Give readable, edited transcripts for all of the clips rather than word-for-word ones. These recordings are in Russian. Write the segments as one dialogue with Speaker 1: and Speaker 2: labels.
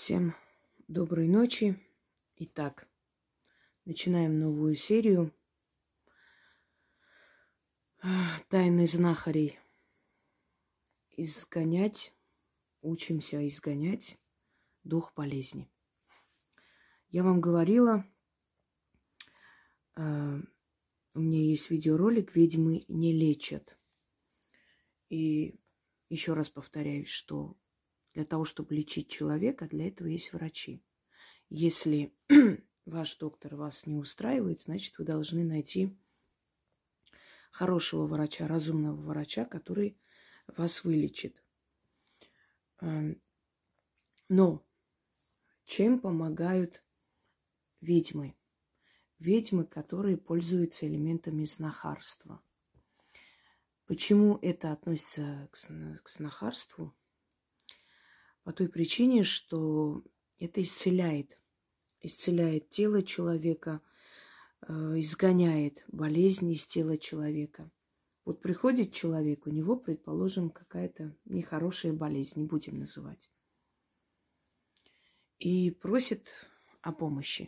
Speaker 1: Всем доброй ночи. Итак, начинаем новую серию «Тайны знахарей». Учимся изгонять дух болезни. Я вам говорила, у меня есть видеоролик «Ведьмы не лечат». И еще раз повторяюсь, что для того, чтобы лечить человека, для этого есть врачи. Если ваш доктор вас не устраивает, значит, вы должны найти хорошего врача, разумного врача, который вас вылечит. Но чем помогают ведьмы? Ведьмы, которые пользуются элементами знахарства. Почему это относится к знахарству? По той причине, что это исцеляет тело человека, изгоняет болезни из тела человека. Вот приходит человек, у него, предположим, какая-то нехорошая болезнь, не будем называть, и просит о помощи.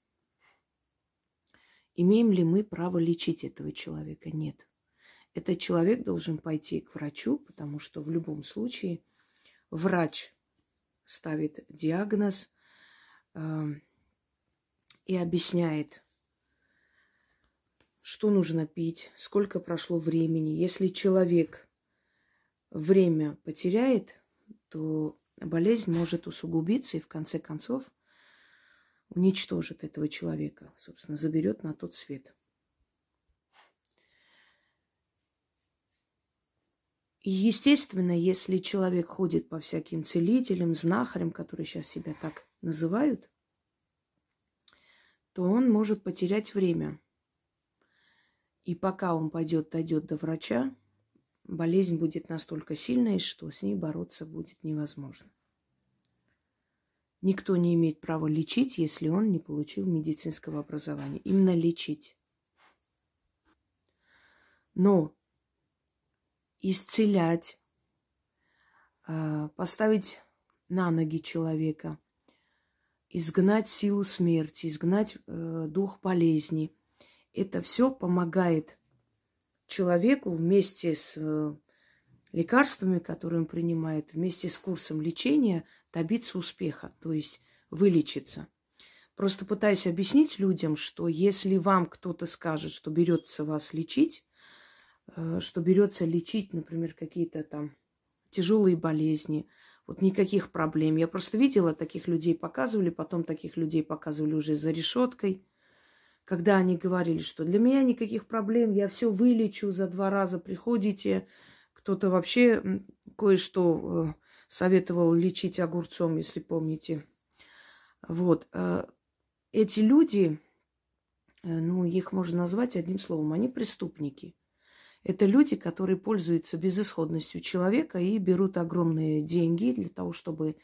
Speaker 1: Имеем ли мы право лечить этого человека? Нет. Этот человек должен пойти к врачу, потому что в любом случае врач ставит диагноз и объясняет, что нужно пить, сколько прошло времени. Если человек время потеряет, то болезнь может усугубиться и в конце концов уничтожит этого человека, собственно, заберет на тот свет. И, естественно, если человек ходит по всяким целителям, знахарям, которые сейчас себя так называют, то он может потерять время. И пока он дойдет до врача, болезнь будет настолько сильной, что с ней бороться будет невозможно. Никто не имеет права лечить, если он не получил медицинского образования. Именно лечить. Но исцелять, поставить на ноги человека, изгнать силу смерти, изгнать дух болезни. Это все помогает человеку вместе с лекарствами, которые он принимает, вместе с курсом лечения добиться успеха, то есть вылечиться. Просто пытаюсь объяснить людям, что если вам кто-то скажет, что берется вас лечить, что берется лечить, например, какие-то там тяжелые болезни, вот никаких проблем. Я просто видела, таких людей показывали, потом таких людей показывали уже за решеткой, когда они говорили, что для меня никаких проблем, я все вылечу, за 2 раза приходите. Кто-то вообще кое-что советовал лечить огурцом, если помните. Вот. Эти люди, их можно назвать одним словом, они преступники. Это люди, которые пользуются безысходностью человека и берут огромные деньги для того, чтобы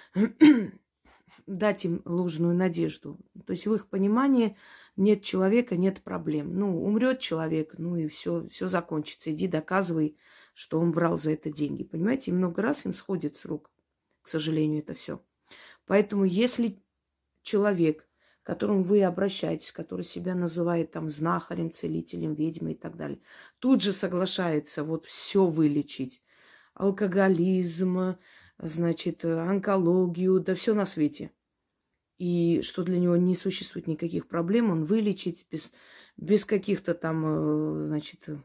Speaker 1: дать им ложную надежду. То есть в их понимании нет человека, нет проблем. Умрет человек, и все закончится. Иди доказывай, что он брал за это деньги. Понимаете, и много раз им сходит с рук, к сожалению, это все. Поэтому если человек, к которому вы обращаетесь, который себя называет там знахарем, целителем, ведьмой и так далее, тут же соглашается вот все вылечить. Алкоголизм, онкологию, да все на свете. И что для него не существует никаких проблем, он вылечить без каких-то там,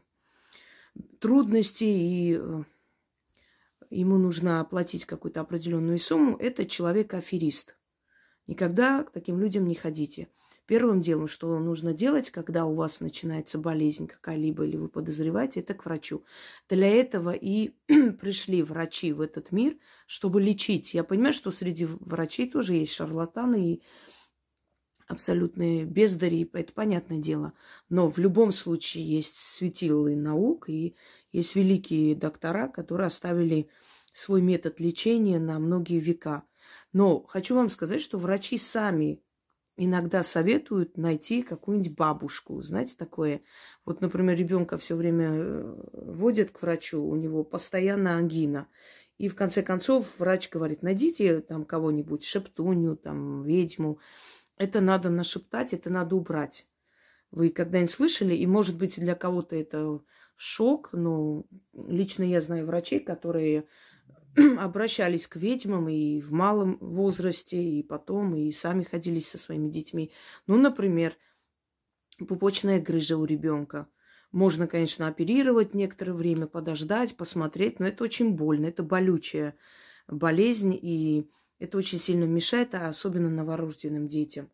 Speaker 1: трудностей, и ему нужно оплатить какую-то определенную сумму, это человек-аферист. Никогда к таким людям не ходите. Первым делом, что нужно делать, когда у вас начинается болезнь какая-либо, или вы подозреваете, это к врачу. Для этого и пришли врачи в этот мир, чтобы лечить. Я понимаю, что среди врачей тоже есть шарлатаны и абсолютные бездари, это понятное дело. Но в любом случае есть светилы наук, и есть великие доктора, которые оставили свой метод лечения на многие века. Но хочу вам сказать, что врачи сами иногда советуют найти какую-нибудь бабушку. Знаете, такое. Вот, например, ребенка все время водят к врачу, у него постоянно ангина. И в конце концов врач говорит, найдите там кого-нибудь, шептунью, там, ведьму. Это надо нашептать, это надо убрать. Вы когда-нибудь слышали? И, может быть, для кого-то это шок, но лично я знаю врачей, которые обращались к ведьмам и в малом возрасте, и потом, и сами ходили со своими детьми. Ну, например, пупочная грыжа у ребенка. Можно, конечно, оперировать некоторое время, подождать, посмотреть, но это очень больно, это болючая болезнь, и это очень сильно мешает, а особенно новорожденным детям.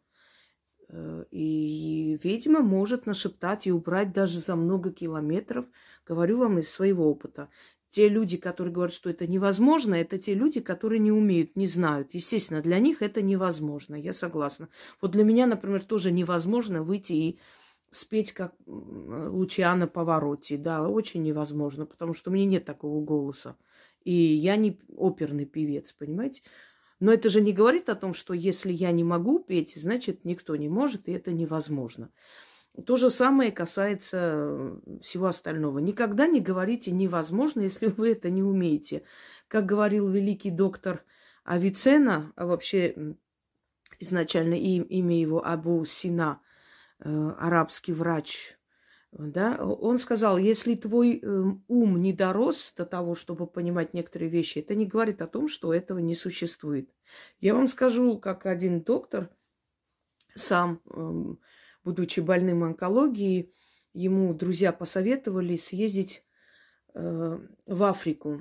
Speaker 1: И ведьма может нашептать и убрать даже за много километров, говорю вам из своего опыта. Те люди, которые говорят, что это невозможно, это те люди, которые не умеют, не знают. Естественно, для них это невозможно, я согласна. Вот для меня, например, тоже невозможно выйти и спеть, как Лучиано Паваротти. Да, очень невозможно, потому что у меня нет такого голоса. И я не оперный певец, понимаете? Но это же не говорит о том, что если я не могу петь, значит, никто не может, и это невозможно. То же самое касается всего остального. Никогда не говорите невозможно, если вы это не умеете. Как говорил великий доктор Авиценна, а вообще изначально имя его Абу Сина, арабский врач, да, он сказал, если твой ум не дорос до того, чтобы понимать некоторые вещи, это не говорит о том, что этого не существует. Я вам скажу, как один доктор, сам, будучи больным онкологией, ему друзья посоветовали съездить в Африку,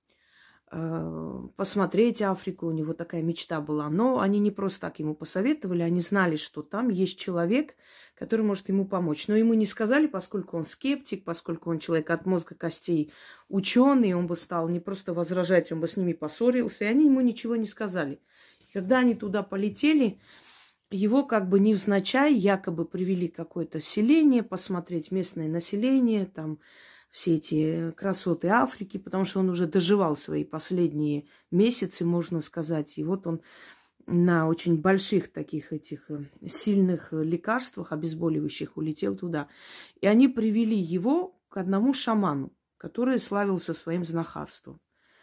Speaker 1: посмотреть Африку, у него такая мечта была. Но они не просто так ему посоветовали, они знали, что там есть человек, который может ему помочь. Но ему не сказали, поскольку он скептик, поскольку он человек от мозга костей ученый, он бы стал не просто возражать, он бы с ними поссорился, и они ему ничего не сказали. Когда они туда полетели, его как бы невзначай якобы привели какое-то селение, посмотреть местное население, там все эти красоты Африки, потому что он уже доживал свои последние месяцы, можно сказать. И вот он на очень больших таких этих сильных лекарствах, обезболивающих, улетел туда. И они привели его к одному шаману, который славился своим знахарством.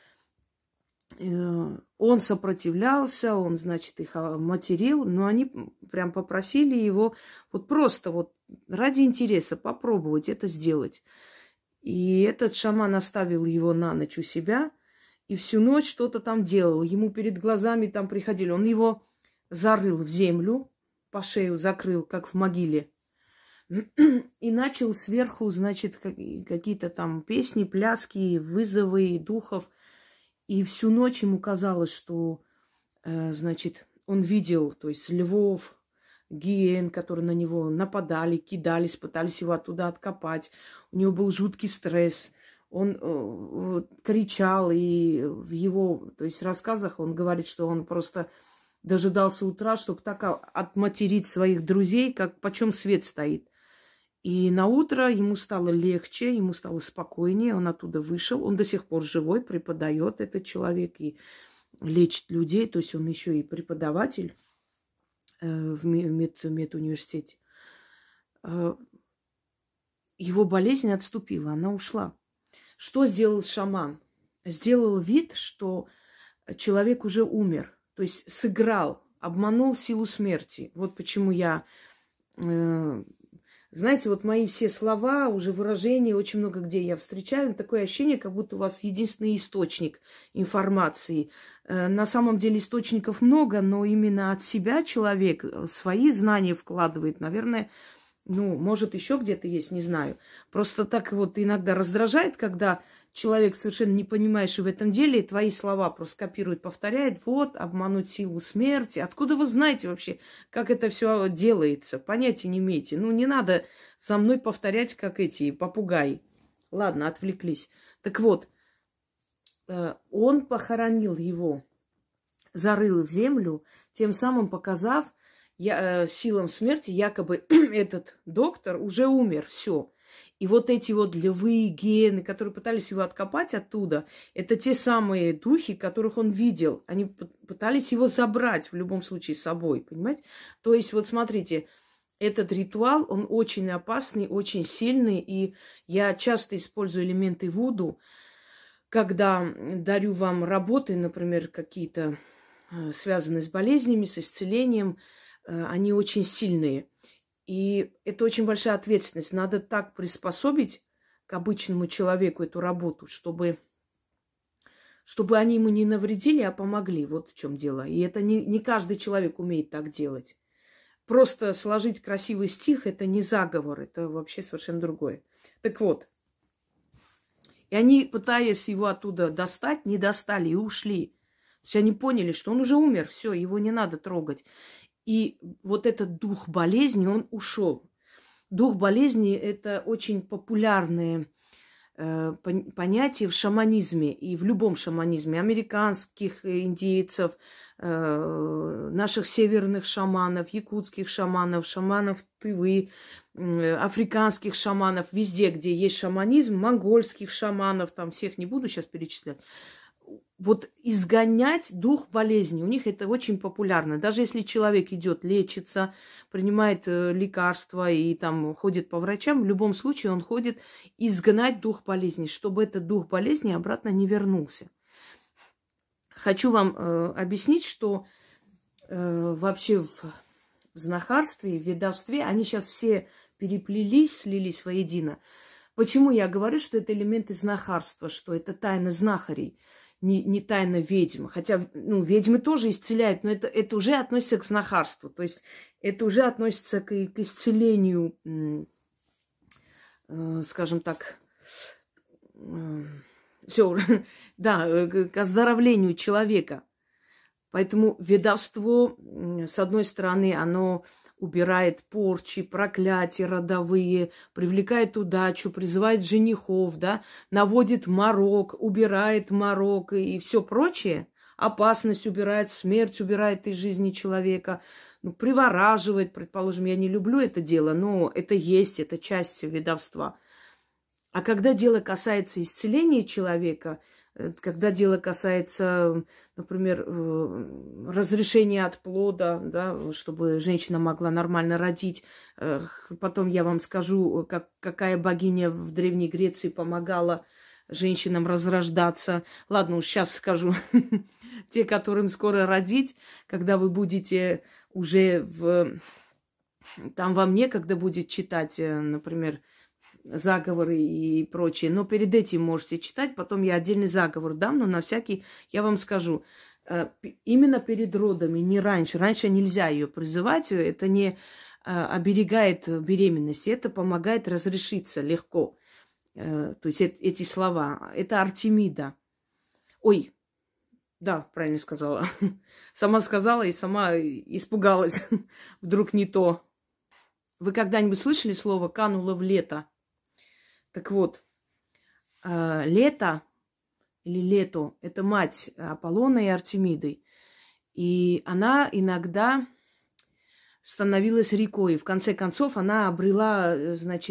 Speaker 1: Он сопротивлялся, он, значит, их материл, но они прям попросили его вот просто вот ради интереса попробовать это сделать. И этот шаман оставил его на ночь у себя и всю ночь что-то там делал. Ему перед глазами там приходили. Он его зарыл в землю, по шею закрыл, как в могиле. И начал сверху, значит, какие-то там песни, пляски, вызовы духов. И всю ночь ему казалось, что, значит, он видел, то есть львов, гиен, которые на него нападали, кидались, пытались его оттуда откопать. У него был жуткий стресс. Он кричал, и в его, то есть, рассказах он говорит, что он просто дожидался утра, чтобы так отматерить своих друзей, как почем свет стоит. И на утро ему стало легче, ему стало спокойнее, он оттуда вышел. Он до сих пор живой, преподает этот человек и лечит людей, то есть он еще и преподаватель в медуниверситете. Его болезнь отступила, она ушла. Что сделал шаман? Сделал вид, что человек уже умер. То есть сыграл, обманул силу смерти. Вот почему я... Знаете, вот мои все слова, уже выражения, очень много где я встречаю. Такое ощущение, как будто у вас единственный источник информации. На самом деле источников много, но именно от себя человек свои знания вкладывает. Наверное, ну, может, еще где-то есть, не знаю. Просто так вот иногда раздражает, когда человек совершенно не понимаешь в этом деле, и твои слова просто копирует, повторяет. Вот, обмануть силу смерти. Откуда вы знаете вообще, как это все делается? Понятия не имеете. Ну, не надо за мной повторять, как эти попугаи. Ладно, отвлеклись. Так вот, он похоронил его, зарыл в землю, тем самым показав силам смерти, якобы этот доктор уже умер, все. И вот эти вот львы, гиены, которые пытались его откопать оттуда, это те самые духи, которых он видел. Они пытались его забрать в любом случае с собой, понимаете? То есть вот смотрите, этот ритуал, он очень опасный, очень сильный, и я часто использую элементы вуду, когда дарю вам работы, например, какие-то связанные с болезнями, с исцелением, они очень сильные. И это очень большая ответственность. Надо так приспособить к обычному человеку эту работу, чтобы они ему не навредили, а помогли. Вот в чем дело. И это не каждый человек умеет так делать. Просто сложить красивый стих – это не заговор, это вообще совершенно другое. Так вот, и они, пытаясь его оттуда достать, не достали и ушли. То есть они поняли, что он уже умер, все, его не надо трогать. И вот этот дух болезни, он ушел. Дух болезни – это очень популярное понятие в шаманизме и в любом шаманизме. Американских индейцев, наших северных шаманов, якутских шаманов, шаманов Тывы, африканских шаманов, везде, где есть шаманизм, монгольских шаманов, там всех не буду сейчас перечислять. Вот изгонять дух болезни, у них это очень популярно. Даже если человек идет лечиться, принимает лекарства и там ходит по врачам, в любом случае он ходит изгнать дух болезни, чтобы этот дух болезни обратно не вернулся. Хочу вам объяснить, что вообще в знахарстве, в ведовстве они сейчас все переплелись, слились воедино. Почему я говорю, что это элементы знахарства, что это тайна знахарей? Не тайна ведьм. Хотя, ведьмы тоже исцеляют, но это уже относится к знахарству. То есть это уже относится к исцелению, скажем так, все, да, к оздоровлению человека. Поэтому ведовство, с одной стороны, оно убирает порчи, проклятия родовые, привлекает удачу, призывает женихов, да, наводит морок, убирает морок и все прочее. Опасность убирает, смерть убирает из жизни человека, привораживает, предположим. Я не люблю это дело, но это есть, это часть ведовства. А когда дело касается исцеления человека, когда дело касается, например, разрешения от плода, да, чтобы женщина могла нормально родить. Потом я вам скажу, какая богиня в Древней Греции помогала женщинам разрождаться. Ладно, уж сейчас скажу. Те, которым скоро родить, когда вы будете уже там вам некогда будет читать, например, заговоры и прочее. Но перед этим можете читать, потом я отдельный заговор дам, но на всякий я вам скажу. Именно перед родами, не раньше. Раньше нельзя ее призывать, это не оберегает беременность, это помогает разрешиться легко. То есть эти слова. Это Артемида. Ой, да, правильно сказала. Сама сказала и сама испугалась. Вдруг не то. Вы когда-нибудь слышали слово «кануло в лето»? Так вот, Лето или Лето – это мать Аполлона и Артемиды. И она иногда становилась рекой. И в конце концов она обрела,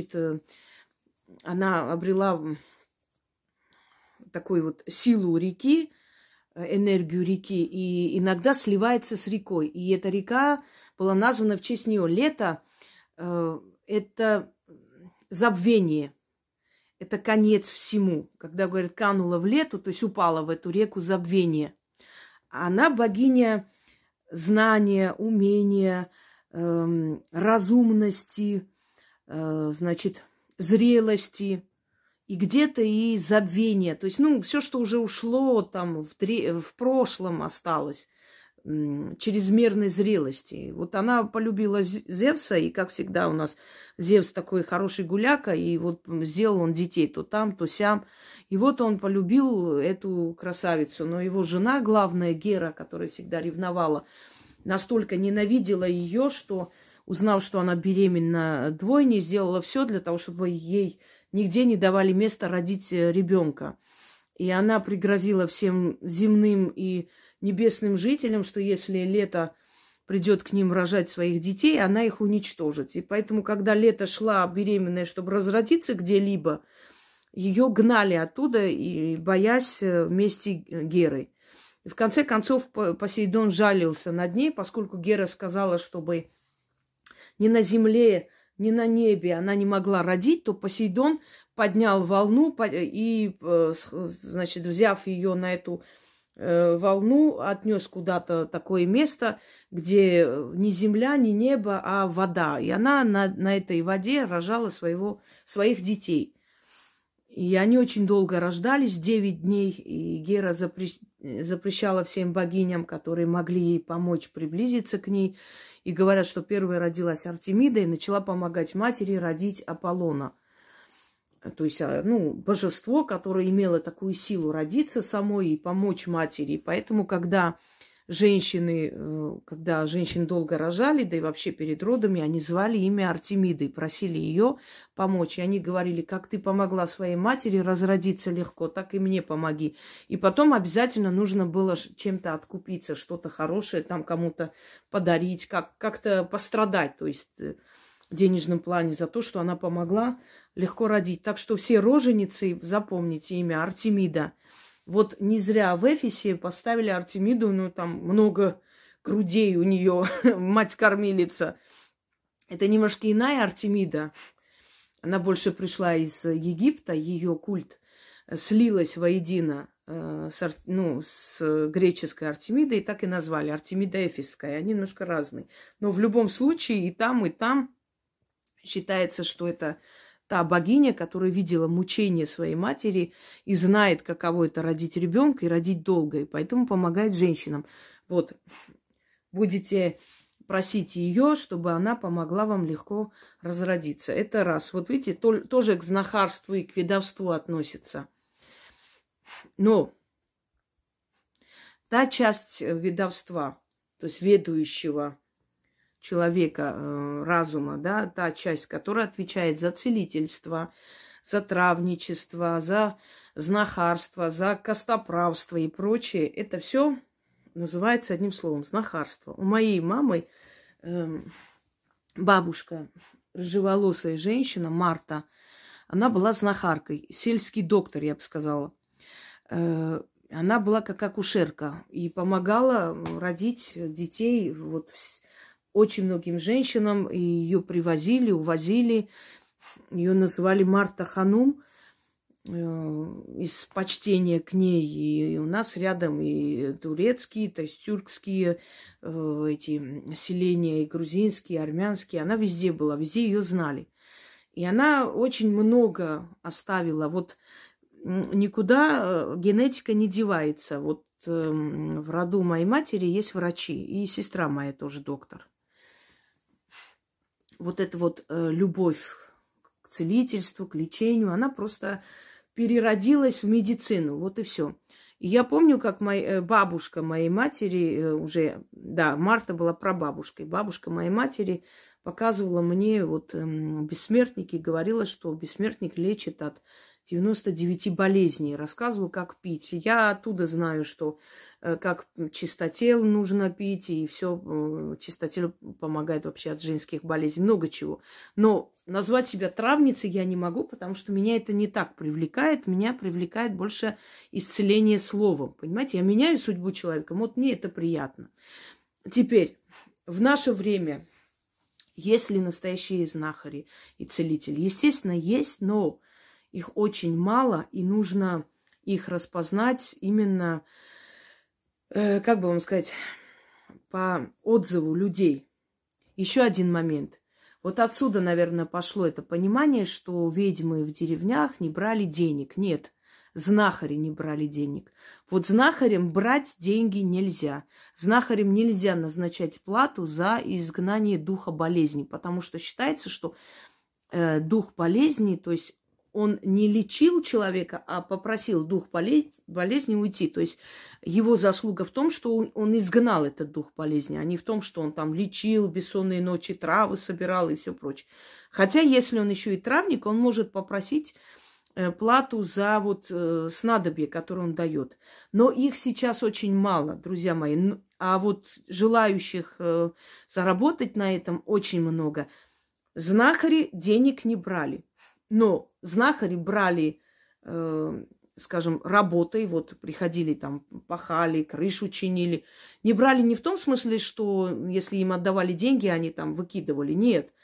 Speaker 1: такую вот силу реки, энергию реки, и иногда сливается с рекой. И эта река была названа в честь нее. Лето – это забвение. Это конец всему. Когда, говорят, канула в лету, то есть упала в эту реку забвения. Она богиня знания, умения, разумности, зрелости и где-то и забвения. То есть, все, что уже ушло там в прошлом осталось, чрезмерной зрелости. Вот она полюбила Зевса, и, как всегда, у нас Зевс такой хороший гуляка, и вот сделал он детей то там, то сям. И вот он полюбил эту красавицу, но его жена, главная Гера, которая всегда ревновала, настолько ненавидела ее, что, узнав, что она беременна двойней, сделала все для того, чтобы ей нигде не давали места родить ребенка. И она пригрозила всем земным и небесным жителям, что если Лето придет к ним рожать своих детей, она их уничтожит. И поэтому, когда Лето шла беременная, чтобы разродиться где-либо, ее гнали оттуда, и боясь мести Геры. И в конце концов Посейдон жалился над ней, поскольку Гера сказала, чтобы ни на земле, ни на небе она не могла родить, то Посейдон поднял волну и, значит, взяв ее на эту волну, отнес куда-то такое место, где ни земля, ни небо, а вода. И она на этой воде рожала своих детей. И они очень долго рождались, 9 дней, и Гера запрещала всем богиням, которые могли ей помочь, приблизиться к ней. И говорят, что первой родилась Артемида и начала помогать матери родить Аполлона. То есть, божество, которое имело такую силу родиться самой и помочь матери. Поэтому, когда женщины долго рожали, да и вообще перед родами, они звали имя Артемиды, просили ее помочь. И они говорили: как ты помогла своей матери разродиться легко, так и мне помоги. И потом обязательно нужно было чем-то откупиться, что-то хорошее там кому-то подарить, как-то пострадать, то есть в денежном плане за то, что она помогла легко родить. Так что все роженицы, запомните имя Артемида. Вот не зря в Эфесе поставили Артемиду, там много грудей у нее, мать-кормилица. Это немножко иная Артемида. Она больше пришла из Египта, ее культ слилась воедино с греческой Артемидой, и так и назвали Артемида Эфесская. Они немножко разные. Но в любом случае и там считается, что это та богиня, которая видела мучения своей матери и знает, каково это родить ребенка и родить долго, и поэтому помогает женщинам. Вот, будете просить ее, чтобы она помогла вам легко разродиться. Это раз. Вот видите, тоже к знахарству и к ведовству относится. Но та часть ведовства, то есть ведающего человека, разума, да, та часть, которая отвечает за целительство, за травничество, за знахарство, за костоправство и прочее, это все называется одним словом — знахарство. У моей мамы бабушка, рыжеволосая женщина, Марта, она была знахаркой, сельский доктор, я бы сказала. Она была как акушерка и помогала родить детей очень многим женщинам, и ее привозили, увозили. Ее называли Марта Ханум из почтения к ней. И у нас рядом и турецкие, то есть тюркские эти селения, и грузинские, и армянские. Она везде была, везде ее знали. И она очень много оставила. Вот никуда генетика не девается. Вот в роду моей матери есть врачи, и сестра моя тоже доктор. Вот эта любовь к целительству, к лечению, она просто переродилась в медицину. Вот и все. И я помню, как бабушка моей матери, Марта была прабабушкой, бабушка моей матери показывала мне бессмертники, говорила, что бессмертник лечит от 99 болезней. Рассказывала, как пить. Я оттуда знаю, что как чистотел нужно пить, и все, чистотел помогает вообще от женских болезней, много чего. Но назвать себя травницей я не могу, потому что меня это не так привлекает. Меня привлекает больше исцеление словом. Понимаете, я меняю судьбу человека, вот мне это приятно. Теперь, в наше время, есть ли настоящие знахари и целители? Естественно, есть, но их очень мало, и нужно их распознать именно, как бы вам сказать, по отзыву людей. Еще один момент. Вот отсюда, наверное, пошло это понимание, что ведьмы в деревнях не брали денег. Нет, знахари не брали денег. Вот знахарям брать деньги нельзя. Знахарям нельзя назначать плату за изгнание духа болезни, потому что считается, что дух болезни, то есть он не лечил человека, а попросил дух болезни уйти. То есть его заслуга в том, что он изгнал этот дух болезни, а не в том, что он там лечил, бессонные ночи, травы собирал и все прочее. Хотя, если он еще и травник, он может попросить плату за снадобье, которое он дает. Но их сейчас очень мало, друзья мои. А вот желающих заработать на этом очень много. Знахари денег не брали. Но знахари брали, скажем, работой, приходили там, пахали, крышу чинили. Не брали не в том смысле, что если им отдавали деньги, они там выкидывали. Нет.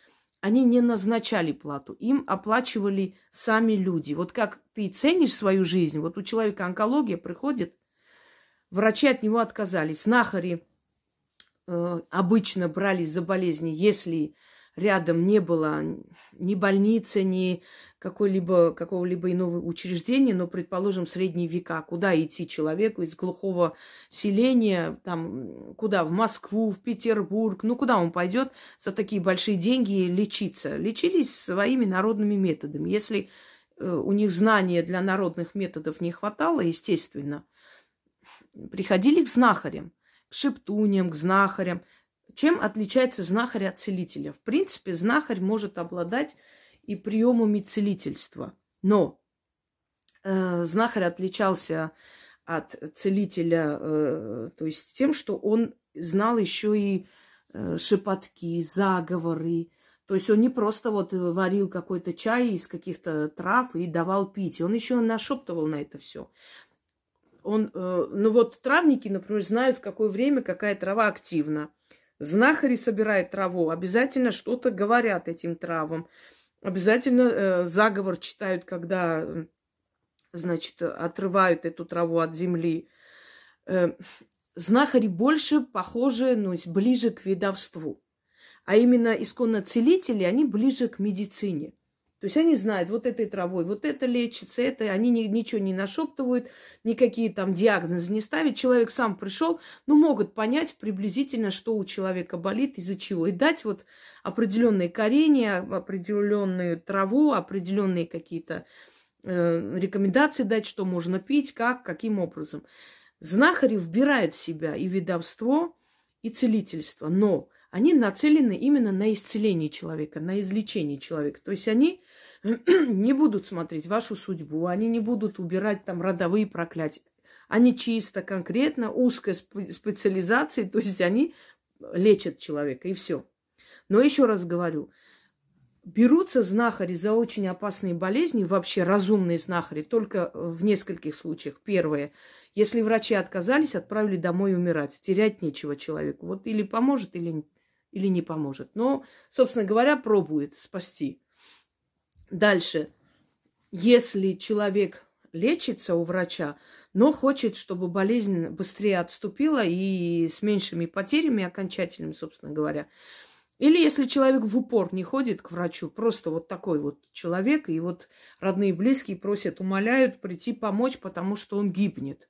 Speaker 1: они не назначали плату, им оплачивали сами люди. Вот как ты ценишь свою жизнь, вот у человека онкология приходит, врачи от него отказались. Знахари обычно брались за болезни, если рядом не было ни больницы, ни какого-либо иного учреждения, но, предположим, средние века. Куда идти человеку из глухого селения, там, куда? В Москву, в Петербург. Ну, куда он пойдет за такие большие деньги лечиться? Лечились своими народными методами. Если у них знания для народных методов не хватало, естественно, приходили к знахарям, к шептуням, к знахарям. Чем отличается знахарь от целителя? В принципе, знахарь может обладать и приемами целительства. Но знахарь отличался от целителя, то есть тем, что он знал еще и шепотки, заговоры. То есть он не просто вот варил какой-то чай из каких-то трав и давал пить. Он еще нашептывал на это все. Ну вот травники, например, знают, в какое время какая трава активна. Знахари собирают траву, обязательно что-то говорят этим травам. Обязательно заговор читают, когда, значит, отрывают эту траву от земли. Знахари больше похожи, ну, ближе к ведовству. А именно исконно целители, они ближе к медицине. То есть они знают, вот этой травой, вот это лечится, это, они ничего не нашептывают, никакие там диагнозы не ставят. Человек сам пришел, ну, могут понять приблизительно, что у человека болит, из-за чего. И дать вот определенные коренья, определенную траву, определенные какие-то рекомендации дать, что можно пить, как, каким образом. Знахари вбирают в себя и ведовство, и целительство, но они нацелены именно на исцеление человека, на излечение человека. То есть они не будут смотреть вашу судьбу, они не будут убирать там родовые проклятия. Они чисто, конкретно, узкой специализацией, то есть они лечат человека, и все. Но еще раз говорю, берутся знахари за очень опасные болезни, вообще разумные знахари, только в нескольких случаях. Первое, если врачи отказались, отправили домой умирать, терять нечего человеку. Вот или поможет, или не поможет. Но, собственно говоря, пробует спасти. Дальше. Если человек лечится у врача, но хочет, чтобы болезнь быстрее отступила и с меньшими потерями окончательными, собственно говоря. Или если человек в упор не ходит к врачу, просто вот такой вот человек, и вот родные и близкие просят, умоляют прийти помочь, потому что он гибнет.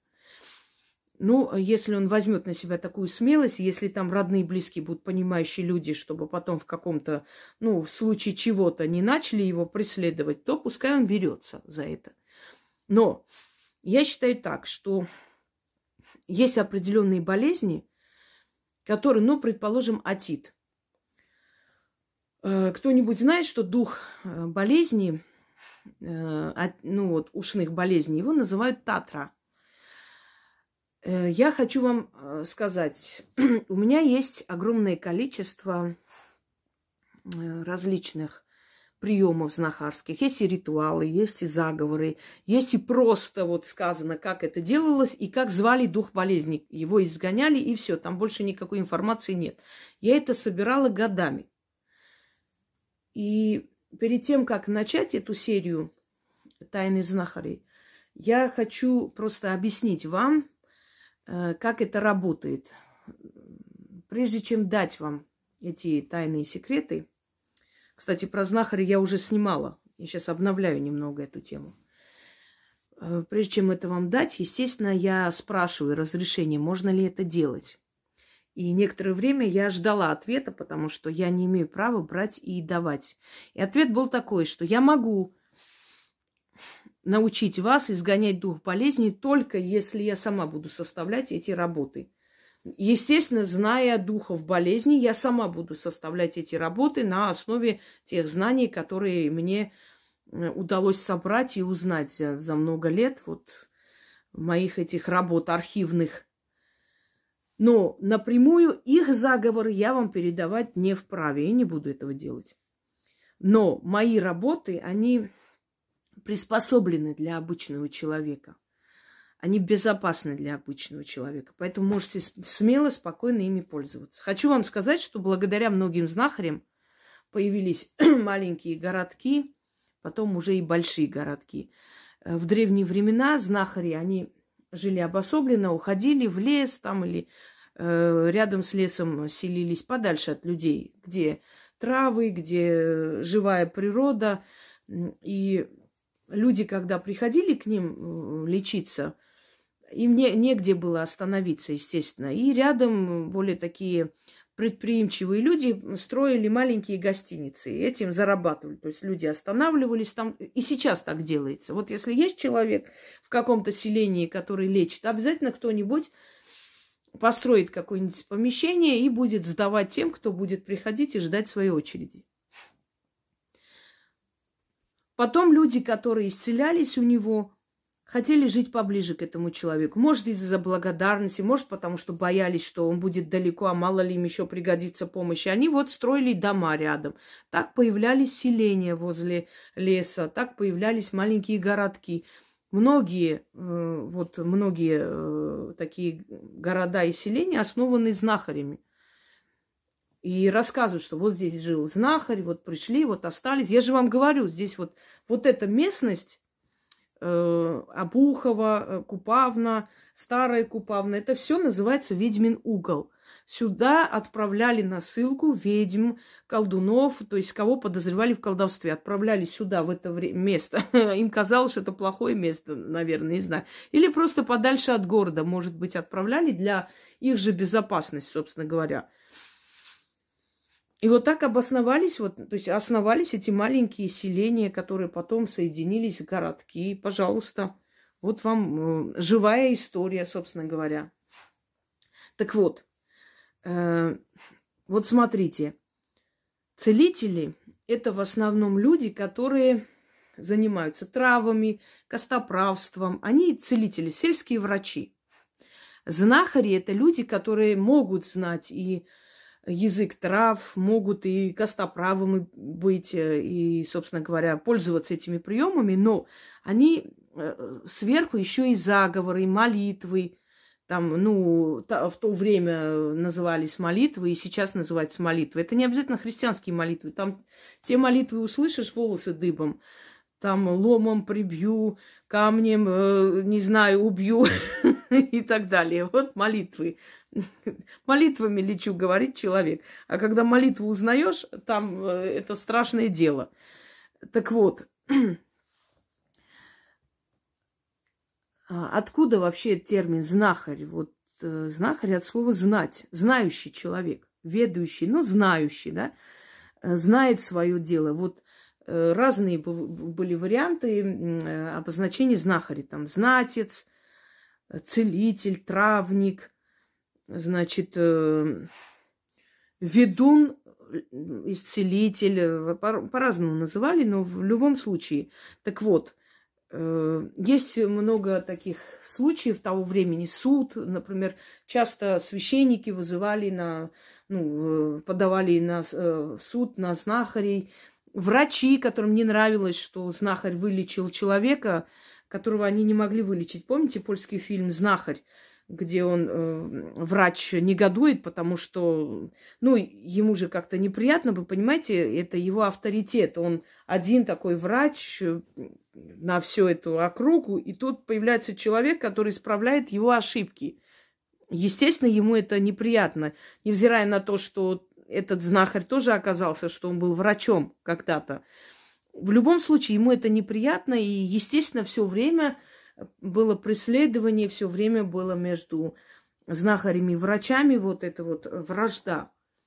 Speaker 1: Ну, если он возьмет на себя такую смелость, если там родные и близкие будут понимающие люди, чтобы потом в каком-то, ну, в случае чего-то не начали его преследовать, то пускай он берется за это. Но я считаю так, что есть определенные болезни, которые, ну, предположим, отит. Кто-нибудь знает, что дух болезни, ну, вот ушных болезней, его называют татра. Я хочу вам сказать, у меня есть огромное количество различных приемов знахарских. Есть и ритуалы, есть и заговоры, есть и просто вот сказано, как это делалось и как звали дух болезни. Его изгоняли, и все, там больше никакой информации нет. Я это собирала годами. И перед тем, как начать эту серию «Тайны знахарей», я хочу просто объяснить вам, как это работает. Прежде чем дать вам эти тайные секреты, кстати, про знахаря я уже снимала, я сейчас обновляю немного эту тему. Прежде чем это вам дать, естественно, я спрашиваю разрешение, можно ли это делать. И некоторое время я ждала ответа, потому что я не имею права брать и давать. И ответ был такой, что я могу научить вас изгонять дух болезни только если я сама буду составлять эти работы. Естественно, зная духов болезни, я сама буду составлять эти работы на основе тех знаний, которые мне удалось собрать и узнать за много лет вот моих этих работ архивных. Но напрямую их заговоры я вам передавать не вправе, и не буду этого делать. Но мои работы, они приспособлены для обычного человека. Они безопасны для обычного человека. Поэтому можете смело, спокойно ими пользоваться. Хочу вам сказать, что благодаря многим знахарям, появились маленькие городки, потом уже и большие городки. В древние времена знахари, они жили обособленно, уходили в лес там или рядом с лесом селились подальше от людей, где травы, где живая природа. И люди, когда приходили к ним лечиться, им негде было остановиться, естественно. И рядом более такие предприимчивые люди строили маленькие гостиницы, и этим зарабатывали. То есть люди останавливались там, и сейчас так делается. Вот если есть человек в каком-то селении, который лечит, обязательно кто-нибудь построит какое-нибудь помещение и будет сдавать тем, кто будет приходить и ждать своей очереди. Потом люди, которые исцелялись у него, хотели жить поближе к этому человеку. Может, из-за благодарности, может, потому что боялись, что он будет далеко, а мало ли им еще пригодится помощь. И они вот строили дома рядом. Так появлялись селения возле леса, так появлялись маленькие городки. Многие такие города и селения основаны знахарями. И рассказывают, что вот здесь жил знахарь, вот пришли, вот остались. Я же вам говорю, здесь вот эта местность, Обухово, Купавна, Старая Купавна, это все называется Ведьмин угол. Сюда отправляли на ссылку ведьм, колдунов, то есть кого подозревали в колдовстве. Отправляли сюда, в это место. Им казалось, что это плохое место, наверное, не знаю. Или просто подальше от города, может быть, отправляли для их же безопасности, собственно говоря. И вот так обосновались, то есть основались эти маленькие селения, которые потом соединились в городки. Пожалуйста, вот вам живая история, собственно говоря. Так вот, вот смотрите, целители – это в основном люди, которые занимаются травами, костоправством. Они целители, сельские врачи. Знахари – это люди, которые могут знать и язык трав, могут и костоправами быть, и, собственно говоря, пользоваться этими приемами, но они сверху еще и заговоры, и молитвы. Там, в то время назывались молитвы, и сейчас называются молитвы. Это не обязательно христианские молитвы. Там те молитвы услышишь, волосы дыбом. Там ломом прибью, камнем, не знаю, убью и так далее. Вот молитвы. Молитвами лечу, говорит человек. А когда молитву узнаешь, там это страшное дело. Так вот, откуда вообще термин знахарь? Вот знахарь от слова знать, знающий человек, ведающий, знающий, да, знает свое дело. Вот разные были варианты обозначения знахаря. Там знатец, целитель, травник, значит, ведун, исцелитель. По-разному называли, но в любом случае. Так вот, есть много таких случаев того времени. Суд, например, часто священники вызывали подавали в суд на знахарей. Врачи, которым не нравилось, что знахарь вылечил человека, которого они не могли вылечить. Помните польский фильм «Знахарь», где врач негодует, потому что, ему же как-то неприятно, вы понимаете, это его авторитет. Он один такой врач на всю эту округу, и тут появляется человек, который исправляет его ошибки. Естественно, ему это неприятно, невзирая на то, что этот знахарь тоже оказался, что он был врачом когда-то. В любом случае, ему это неприятно, и, естественно, все время было преследование, все время было между знахарями и врачами вот эта вот вражда.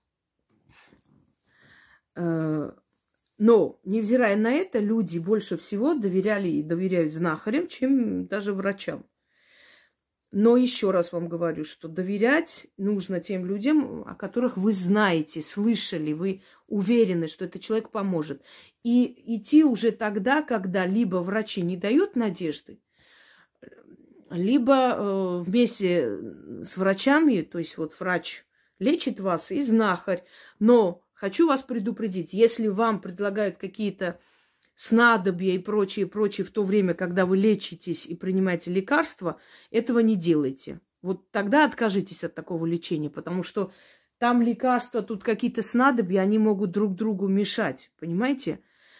Speaker 1: Но, невзирая на это, люди больше всего доверяли и доверяют знахарям, чем даже врачам. Но еще раз вам говорю, что доверять нужно тем людям, о которых вы знаете, слышали, вы уверены, что этот человек поможет. И идти уже тогда, когда либо врачи не дают надежды, либо вместе с врачами, то есть вот врач лечит вас и знахарь. Но хочу вас предупредить, если вам предлагают какие-то снадобья и прочее в то время, когда вы лечитесь и принимаете лекарства, этого не делайте. Вот тогда откажитесь от такого лечения, потому что там лекарства, тут какие-то снадобья, они могут друг другу мешать, понимаете?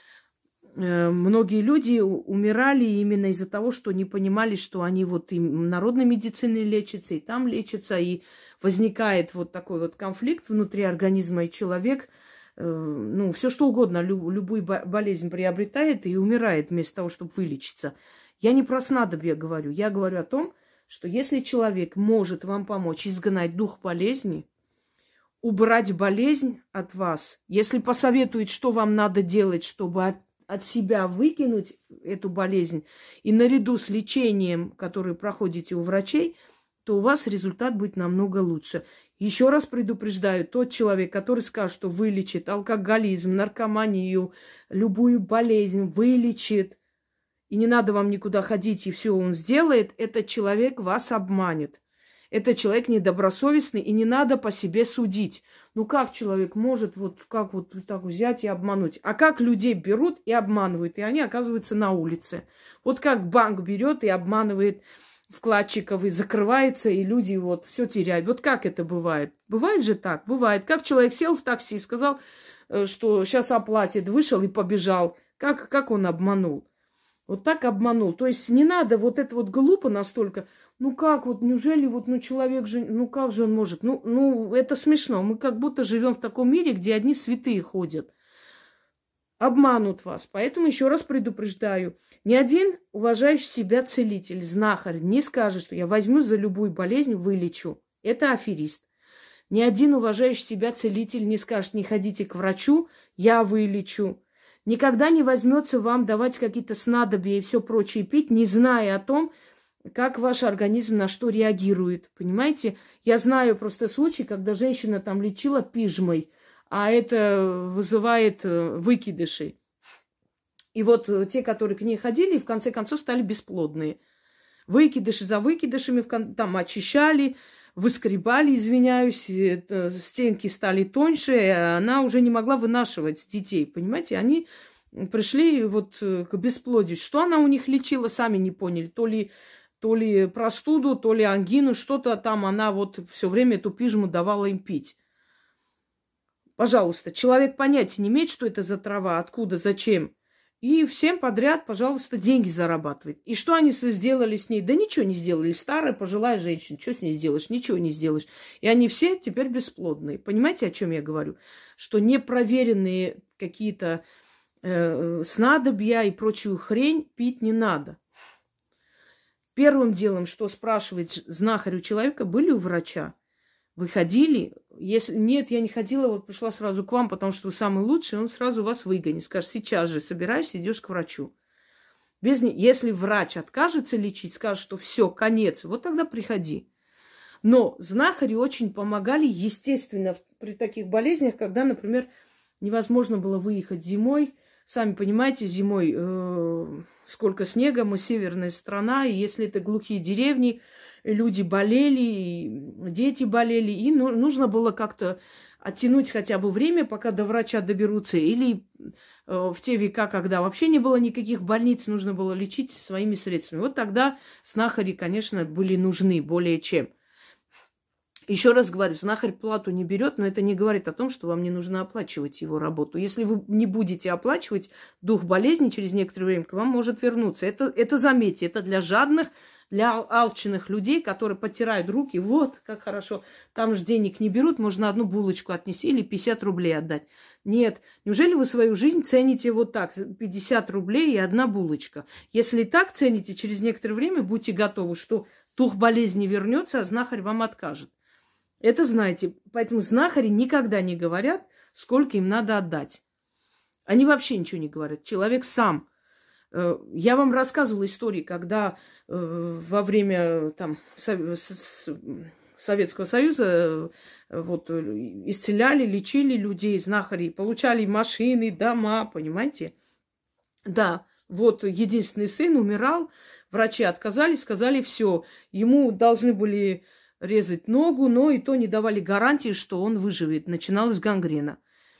Speaker 1: Многие люди умирали именно из-за того, что не понимали, что они вот и народной медициной лечатся, и там лечатся, и возникает вот такой вот конфликт внутри организма, и человек, ну, все что угодно, любую болезнь приобретает и умирает вместо того, чтобы вылечиться. Я не про снадобья говорю, я говорю о том, что если человек может вам помочь изгнать дух болезни, убрать болезнь от вас, если посоветует, что вам надо делать, чтобы от себя выкинуть эту болезнь, и наряду с лечением, которое проходите у врачей, то у вас результат будет намного лучше. Еще раз предупреждаю, тот человек, который скажет, что вылечит алкоголизм, наркоманию, любую болезнь, вылечит, и не надо вам никуда ходить, и все он сделает, этот человек вас обманет. Этот человек недобросовестный, и не надо по себе судить. Ну как человек может вот так взять и обмануть? А как людей берут и обманывают, и они оказываются на улице? Вот как банк берет и обманывает вкладчиков, и закрывается, и люди вот все теряют. Вот как это бывает? Бывает же так? Бывает. Как человек сел в такси, сказал, что сейчас оплатит, вышел и побежал. Как он обманул? Вот так обманул. То есть не надо вот это вот глупо настолько. Ну как вот, неужели вот, ну человек же, ну как же он может? Ну это смешно. Мы как будто живем в таком мире, где одни святые ходят. Обманут вас. Поэтому еще раз предупреждаю. Ни один уважающий себя целитель, знахарь не скажет, что я возьму за любую болезнь, вылечу. Это аферист. Ни один уважающий себя целитель не скажет, не ходите к врачу, я вылечу. Никогда не возьмется вам давать какие-то снадобья и все прочее пить, не зная о том, как ваш организм на что реагирует. Понимаете? Я знаю просто случай, когда женщина там лечила пижмой, а это вызывает выкидыши. И вот те, которые к ней ходили, в конце концов стали бесплодные. Выкидыши за выкидышами там очищали, выскребали, извиняюсь, стенки стали тоньше, она уже не могла вынашивать детей, понимаете? Они пришли вот к бесплодию. Что она у них лечила, сами не поняли. То ли простуду, то ли ангину, что-то там она вот все время эту пижму давала им пить. Пожалуйста, человек понятия не имеет, что это за трава, откуда, зачем. И всем подряд, пожалуйста, деньги зарабатывает. И что они сделали с ней? Да ничего не сделали. Старая, пожилая женщина. Что с ней сделаешь? Ничего не сделаешь. И они все теперь бесплодные. Понимаете, о чем я говорю? Что непроверенные какие-то снадобья и прочую хрень пить не надо. Первым делом, что спрашивает знахарь у человека, были у врача? Вы ходили? Если нет, я не ходила, вот пришла сразу к вам, потому что вы самый лучший, он сразу вас выгонит. Скажет, сейчас же собираешься, идешь к врачу. Если врач откажется лечить, скажет, что все, конец, вот тогда приходи. Но знахари очень помогали, естественно, при таких болезнях, когда, например, невозможно было выехать зимой. Сами понимаете, зимой сколько снега, мы северная страна, и если это глухие деревни, люди болели, дети болели, и нужно было как-то оттянуть хотя бы время, пока до врача доберутся, или в те века, когда вообще не было никаких больниц, нужно было лечить своими средствами. Вот тогда знахари, конечно, были нужны более чем. Еще раз говорю, знахарь плату не берет, но это не говорит о том, что вам не нужно оплачивать его работу. Если вы не будете оплачивать, дух болезни через некоторое время к вам может вернуться. Это заметьте, это для жадных, для алчных людей, которые потирают руки. Вот, как хорошо, там же денег не берут, можно одну булочку отнести или 50 рублей отдать. Нет, неужели вы свою жизнь цените вот так, 50 рублей и одна булочка? Если так цените, через некоторое время будьте готовы, что дух болезни вернется, а знахарь вам откажет. Это знаете. Поэтому знахари никогда не говорят, сколько им надо отдать. Они вообще ничего не говорят. Человек сам. Я вам рассказывала истории, когда во время там, Советского Союза вот, исцеляли, лечили людей, знахари, получали машины, дома, понимаете? Да, вот единственный сын умирал, врачи отказались, сказали, все, ему должны были резать ногу, но и то не давали гарантии, что он выживет. Начиналась гангрена.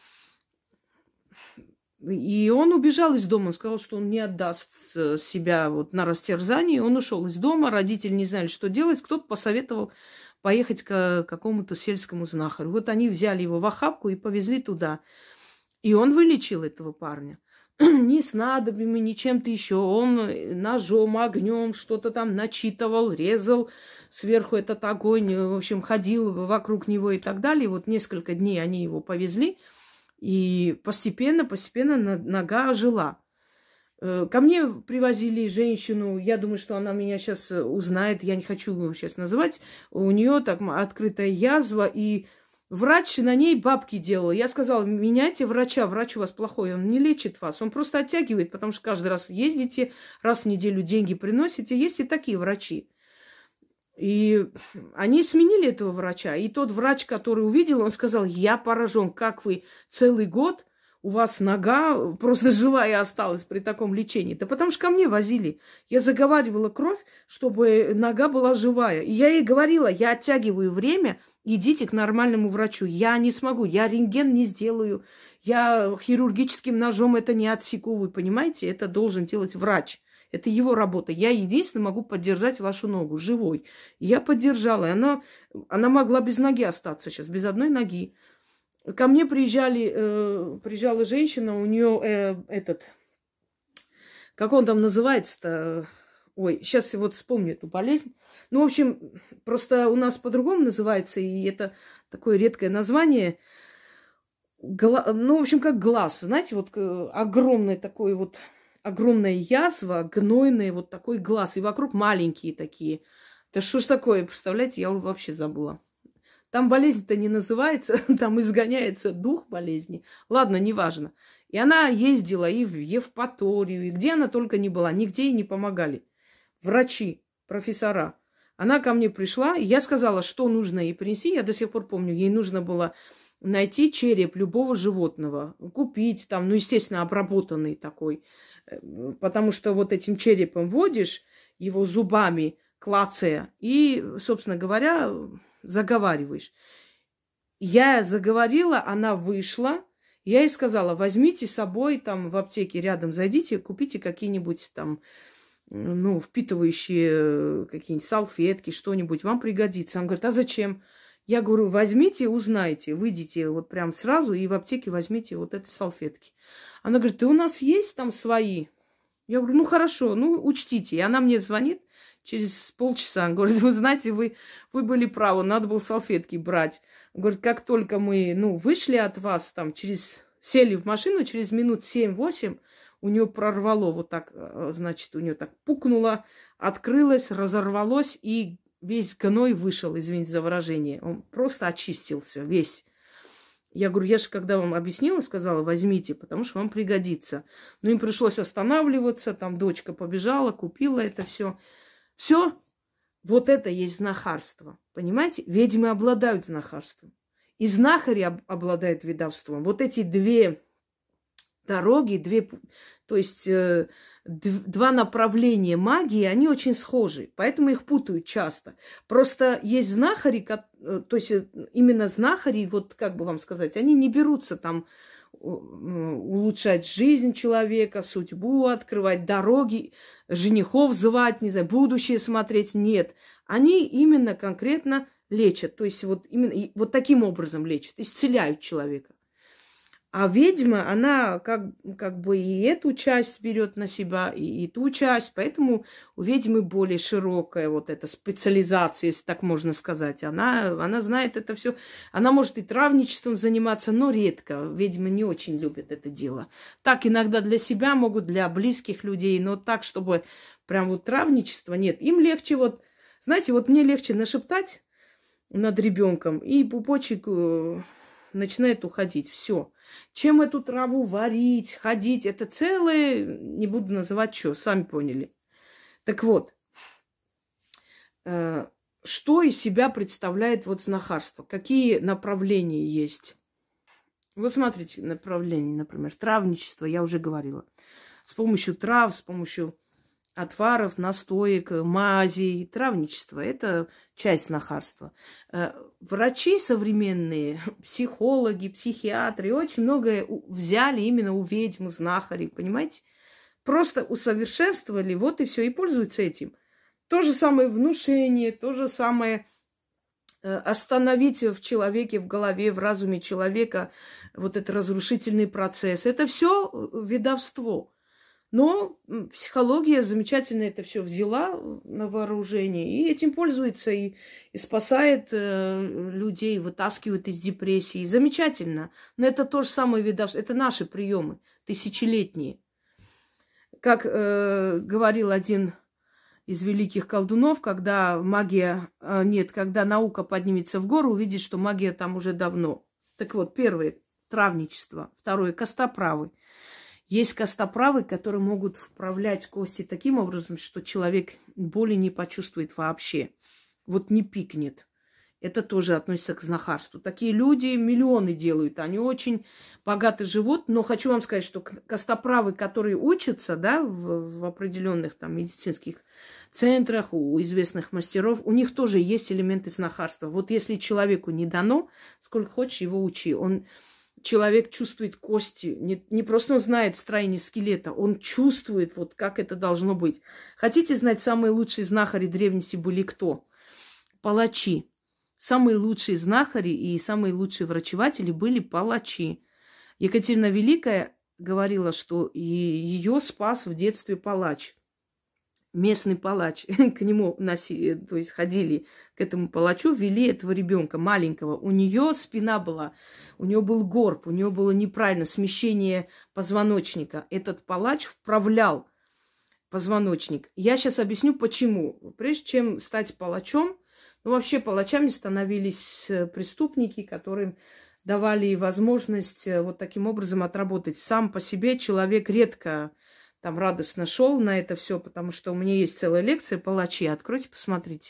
Speaker 1: И он убежал из дома, сказал, что он не отдаст себя вот на растерзание. Он ушел из дома, родители не знали, что делать. Кто-то посоветовал поехать к какому-то сельскому знахарю. Вот они взяли его в охапку и повезли туда. И он вылечил этого парня. Ни снадобьями, ни чем-то еще. Он ножом, огнем что-то там начитывал, резал. Сверху этот огонь, в общем, ходил вокруг него и так далее. Вот несколько дней они его повезли. И постепенно нога ожила. Ко мне привозили женщину, я думаю, что она меня сейчас узнает, я не хочу сейчас называть. У нее так открытая язва, и врач на ней бабки делал. Я сказала, меняйте врача, врач у вас плохой, он не лечит вас, он просто оттягивает, потому что каждый раз ездите, раз в неделю деньги приносите. Есть и такие врачи. И они сменили этого врача. И тот врач, который увидел, он сказал, я поражен, как вы целый год, у вас нога просто живая осталась при таком лечении. Да потому что ко мне возили. Я заговаривала кровь, чтобы нога была живая. И я ей говорила, я оттягиваю время, идите к нормальному врачу. Я не смогу, я рентген не сделаю. Я хирургическим ножом это не отсеку, вы понимаете? Это должен делать врач. Это его работа. Я единственно могу поддержать вашу ногу живой. Я поддержала. И она могла без ноги остаться сейчас, без одной ноги. Ко мне приезжала женщина, у нее как он там называется-то? Ой, сейчас вот вспомню эту болезнь. Ну, в общем, просто у нас по-другому называется, и это такое редкое название. Ну, в общем, как глаз. Знаете, вот огромный такой вот огромная язва, гнойный вот такой глаз, и вокруг маленькие такие. Да что ж такое, представляете, я вообще забыла. Там болезнь-то не называется, там изгоняется дух болезни. Ладно, неважно. И она ездила и в Евпаторию, и где она только не была, нигде ей не помогали. Врачи, профессора. Она ко мне пришла, и я сказала, что нужно ей принести. Я до сих пор помню, ей нужно было найти череп любого животного, купить там, ну, естественно, обработанный такой. Потому что вот этим черепом водишь, его зубами клацая, и, собственно говоря, заговариваешь. Я заговорила, она вышла. Я ей сказала, возьмите с собой там в аптеке рядом, зайдите, купите какие-нибудь там, ну, впитывающие какие-нибудь салфетки, что-нибудь, вам пригодится. Она говорит, а зачем? Я говорю, возьмите, узнайте, выйдите вот прям сразу и в аптеке возьмите вот эти салфетки. Она говорит, да у нас есть там свои. Я говорю, ну хорошо, ну учтите. И она мне звонит через полчаса. Она говорит, вы знаете, вы были правы, надо было салфетки брать. Она говорит, как только мы, вышли от вас, там, сели в машину, через минут 7-8 у нее прорвало вот так, значит, у нее так пукнуло, открылось, разорвалось, и весь гной вышел, извините за выражение. Он просто очистился весь. Я говорю, я же когда вам объяснила, сказала, возьмите, потому что вам пригодится. Но им пришлось останавливаться, там дочка побежала, купила это все. Все, вот это есть знахарство. Понимаете? Ведьмы обладают знахарством. И знахари обладают ведовством. Вот эти две дороги, то есть два направления магии, они очень схожи. Поэтому их путают часто. Просто есть знахари, то есть именно знахари, вот как бы вам сказать, они не берутся там улучшать жизнь человека, судьбу, открывать дороги, женихов звать, не знаю, будущее смотреть. Нет. Они именно конкретно лечат. То есть вот именно вот таким образом лечат, исцеляют человека. А ведьма, она как бы и эту часть берет на себя, и ту часть. Поэтому у ведьмы более широкая вот эта специализация, если так можно сказать. Она знает это все. Она может и травничеством заниматься, но редко. Ведьмы не очень любят это дело. Так иногда для себя могут, для близких людей, но так, чтобы прям вот травничество, нет. Им легче вот, знаете, вот мне легче нашептать над ребенком, и пупочек начинает уходить. Все. Чем эту траву варить, ходить, это целое, не буду называть что, сами поняли. Так вот, что из себя представляет вот знахарство? Какие направления есть? Вот смотрите, направление, например, травничество, я уже говорила. С помощью трав, с помощью отваров, настоек, мазей, травничество. Это часть знахарства. Врачи современные, психологи, психиатры очень многое взяли именно у ведьм, у знахарей, понимаете? Просто усовершенствовали, вот и все, и пользуются этим. То же самое внушение, то же самое остановить в человеке, в голове, в разуме человека вот этот разрушительный процесс. Это все ведовство. Но психология замечательно это все взяла на вооружение и этим пользуется, и спасает людей, вытаскивает из депрессии. Замечательно. Но это то же самое ведовство. Это наши приемы, тысячелетние. Как говорил один из великих колдунов, когда когда наука поднимется в гору, увидит, что магия там уже давно. Так вот, первое – травничество, второе – костоправы. Есть костоправы, которые могут вправлять кости таким образом, что человек боли не почувствует вообще. Вот не пикнет. Это тоже относится к знахарству. Такие люди миллионы делают. Они очень богато живут. Но хочу вам сказать, что костоправы, которые учатся, да, в определенных там медицинских центрах, у известных мастеров, у них тоже есть элементы знахарства. Вот если человеку не дано, сколько хочешь, его учи. Человек чувствует кости, не просто он знает строение скелета, он чувствует, вот как это должно быть. Хотите знать, самые лучшие знахари древности были кто? Палачи. Самые лучшие знахари и самые лучшие врачеватели были палачи. Екатерина Великая говорила, что ее спас в детстве палач. Местный палач, к нему то есть ходили к этому палачу, вели этого ребенка маленького. У нее спина была, у нее был горб, у нее было неправильно смещение позвоночника. Этот палач вправлял позвоночник. Я сейчас объясню, почему. Прежде чем стать палачом, вообще палачами становились преступники, которым давали возможность вот таким образом отработать. Сам по себе человек редко там радостно шел на это все, потому что у меня есть целая лекция «Палачи». Откройте, посмотрите.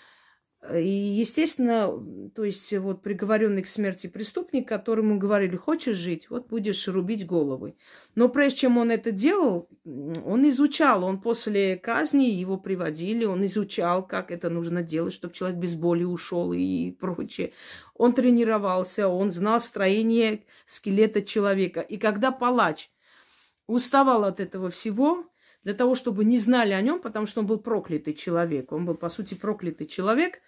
Speaker 1: И, естественно, то есть вот приговоренный к смерти преступник, которому говорили: хочешь жить, вот будешь рубить головы. Но прежде чем он это делал, он изучал. Он после казни его приводили, он изучал, как это нужно делать, чтобы человек без боли ушел и прочее. Он тренировался, он знал строение скелета человека. И когда палач уставал от этого всего, для того, чтобы не знали о нем, потому что он был проклятый человек. Он был, по сути, проклятый человек.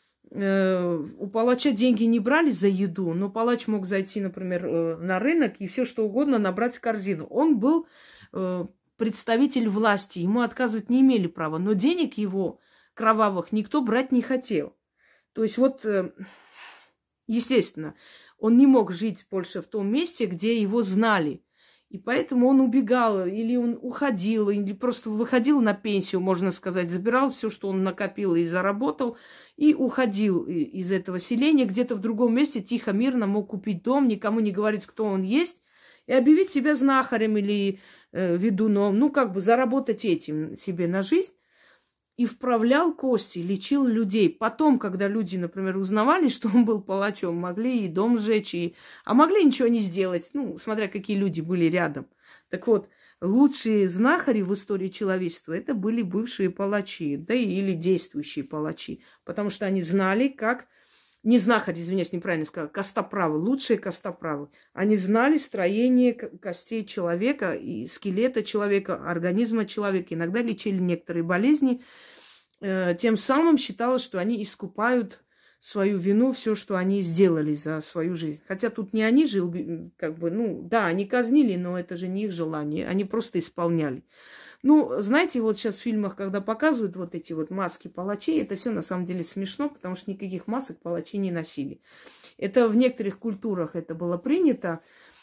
Speaker 1: У палача деньги не брали за еду, но палач мог зайти, например, на рынок и все что угодно набрать в корзину. Он был представитель власти, ему отказывать не имели права, но денег его кровавых никто брать не хотел. То есть вот, естественно, он не мог жить больше в том месте, где его знали. И поэтому он убегал, или он уходил, или просто выходил на пенсию, можно сказать, забирал все, что он накопил и заработал, и уходил из этого селения, где-то в другом месте тихо, мирно мог купить дом, никому не говорить, кто он есть, и объявить себя знахарем или ведуном, ну, как бы заработать этим себе на жизнь. И вправлял кости, лечил людей. Потом, когда люди, например, узнавали, что он был палачом, могли и дом сжечь, а могли ничего не сделать, ну, смотря какие люди были рядом. Так вот, лучшие знахари в истории человечества это были бывшие палачи, да или действующие палачи, потому что они знали, как... Не знахари, извиняюсь, неправильно сказала, костоправы, лучшие костоправы. Они знали строение костей человека и скелета человека, организма человека. Иногда лечили некоторые болезни. Тем самым считалось, что они искупают свою вину, все, что они сделали за свою жизнь. Хотя тут не они же, как бы, ну, да, они казнили, но это же не их желание. Они просто исполняли. Ну, знаете, вот сейчас в фильмах, когда показывают вот эти вот маски палачей, это все на самом деле смешно, потому что никаких масок палачи не носили. Это в некоторых культурах это было принято,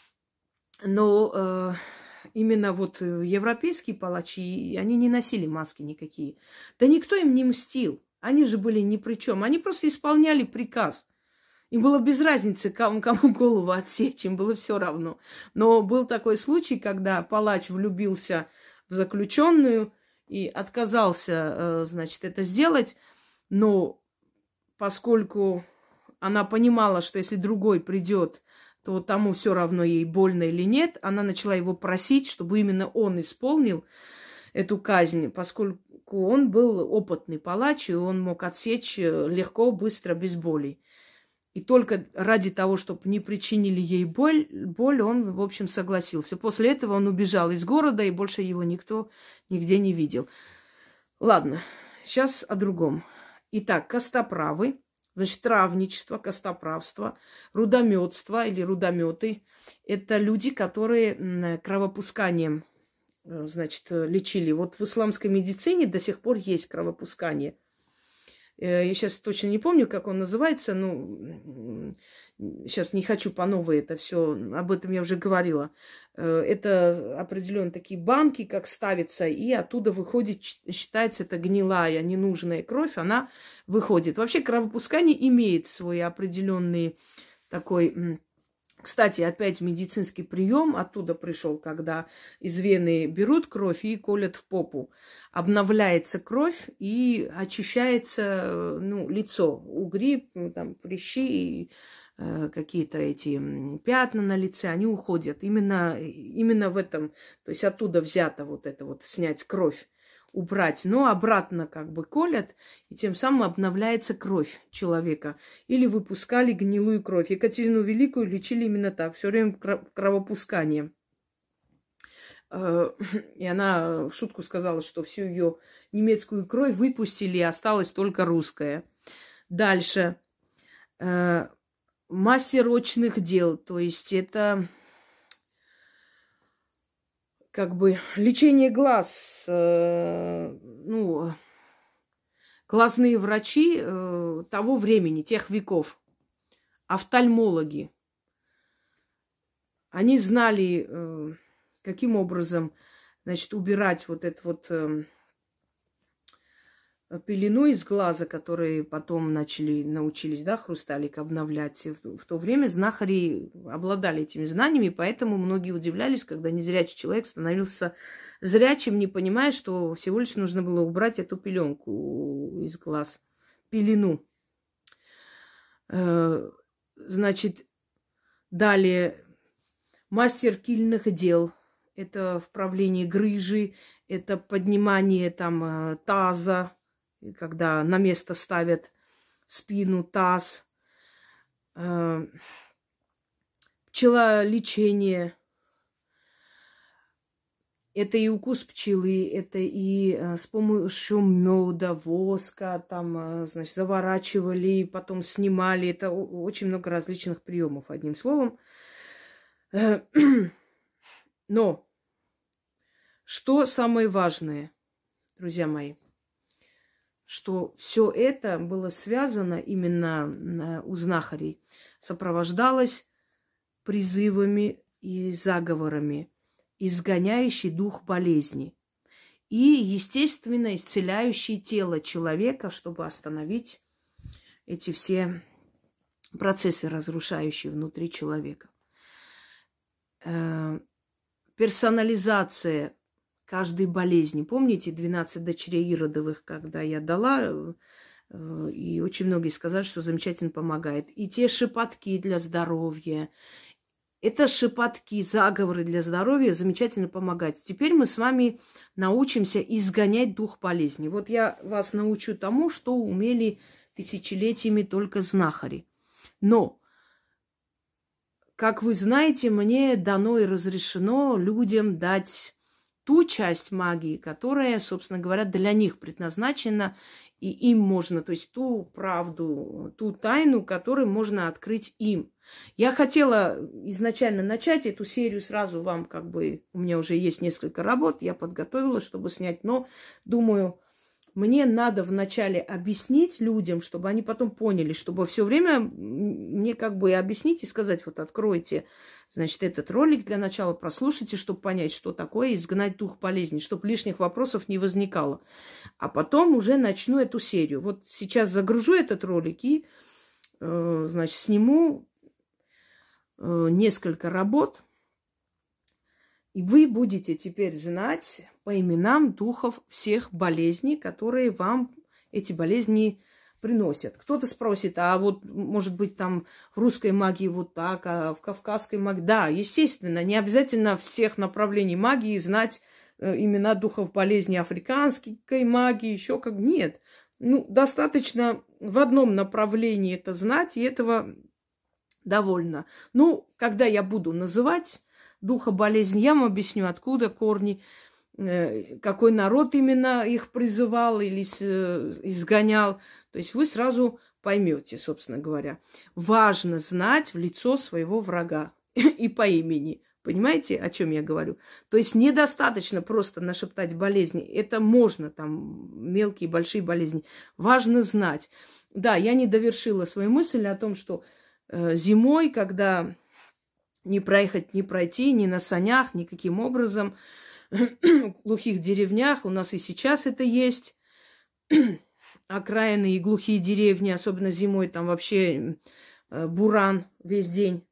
Speaker 1: но именно вот европейские палачи, они не носили маски никакие. Да никто им не мстил, они же были ни при чем, они просто исполняли приказ. Им было без разницы, кому голову отсечь, им было все равно. Но был такой случай, когда палач влюбился в заключенную и отказался, значит, это сделать, но поскольку она понимала, что если другой придет, то тому все равно, ей больно или нет, она начала его просить, чтобы именно он исполнил эту казнь, поскольку он был опытный палач, и он мог отсечь легко, быстро, без боли. И только ради того, чтобы не причинили ей боль, он, в общем, согласился. После этого он убежал из города, и больше его никто нигде не видел. Ладно, сейчас о другом. Итак, костоправы. Значит, травничество, костоправство, рудометство или рудометы – это люди, которые кровопусканием, значит, лечили. Вот в исламской медицине до сих пор есть кровопускание. Я сейчас точно не помню, как он называется, но сейчас не хочу по новой это все, об этом я уже говорила. Это определенно такие банки, как ставится, и оттуда выходит, считается, это гнилая, ненужная кровь, она выходит. Вообще кровопускание имеет свой определенный такой... Кстати, опять медицинский прием оттуда пришел, когда из вены берут кровь и колят в попу. Обновляется кровь и очищается лицо. Угри, там, прыщи, какие-то эти пятна на лице, они уходят. Именно в этом, то есть оттуда взято вот это вот, снять кровь, убрать, но обратно как бы колят, и тем самым обновляется кровь человека. Или выпускали гнилую кровь. Екатерину Великую лечили именно так, все время кровопусканием. И она в шутку сказала, что всю ее немецкую кровь выпустили, и осталась только русская. Дальше. Мастер очных дел, то есть это... как бы лечение глаз, глазные врачи того времени, тех веков, офтальмологи. Они знали, каким образом, значит, убирать вот эту вот пелену из глаза, которые потом научились, да, хрусталик обновлять. В то время знахари обладали этими знаниями, поэтому многие удивлялись, когда незрячий человек становился зрячим, не понимая, что всего лишь нужно было убрать эту пеленку из глаз, пелену. Значит, далее мастер кильных дел. Это вправление грыжи, это поднимание там таза, когда на место ставят спину, таз, пчелолечение. Это и укус пчелы, это и с помощью меда, воска, там, значит, заворачивали, потом снимали. Это очень много различных приемов, одним словом. Но что самое важное, друзья мои, что все это было связано именно у знахарей, сопровождалось призывами и заговорами, изгоняющий дух болезни и, естественно, исцеляющий тело человека, чтобы остановить эти все процессы, разрушающие внутри человека. Персонализация каждой болезни. Помните 12 дочерей Иродовых, когда я дала, и очень многие сказали, что замечательно помогает. И те шепотки для здоровья. Это шепотки, заговоры для здоровья замечательно помогают. Теперь мы с вами научимся изгонять дух болезни. Вот я вас научу тому, что умели тысячелетиями только знахари. Но, как вы знаете, мне дано и разрешено людям дать ту часть магии, которая, собственно говоря, для них предназначена, и им можно, то есть ту правду, ту тайну, которую можно открыть им. Я хотела изначально начать эту серию сразу вам, как бы, у меня уже есть несколько работ, я подготовила, чтобы снять, но думаю, мне надо вначале объяснить людям, чтобы они потом поняли, чтобы все время мне как бы объяснить и сказать, вот откройте, значит, этот ролик для начала, прослушайте, чтобы понять, что такое изгнать дух болезни, чтобы лишних вопросов не возникало. А потом уже начну эту серию. Вот сейчас загружу этот ролик и, значит, сниму несколько работ, и вы будете теперь знать по именам духов всех болезней, которые вам эти болезни приносят. Кто-то спросит, а вот, может быть, там в русской магии вот так, а в кавказской магии... Да, естественно, не обязательно всех направлений магии знать имена духов болезней африканской магии, еще как... Нет. Ну, достаточно в одном направлении это знать, и этого довольно. Ну, когда я буду называть духа болезни, я вам объясню, откуда корни, какой народ именно их призывал или изгонял. То есть вы сразу поймете, собственно говоря. Важно знать в лицо своего врага и по имени. Понимаете, о чем я говорю? То есть недостаточно просто нашептать болезни. Это можно, там, мелкие, большие болезни. Важно знать. Да, я не довершила свою мысль о том, что зимой, когда не проехать, не пройти, ни на санях, никаким образом, в глухих деревнях, у нас и сейчас это есть, окраины и глухие деревни, особенно зимой, там вообще буран весь день.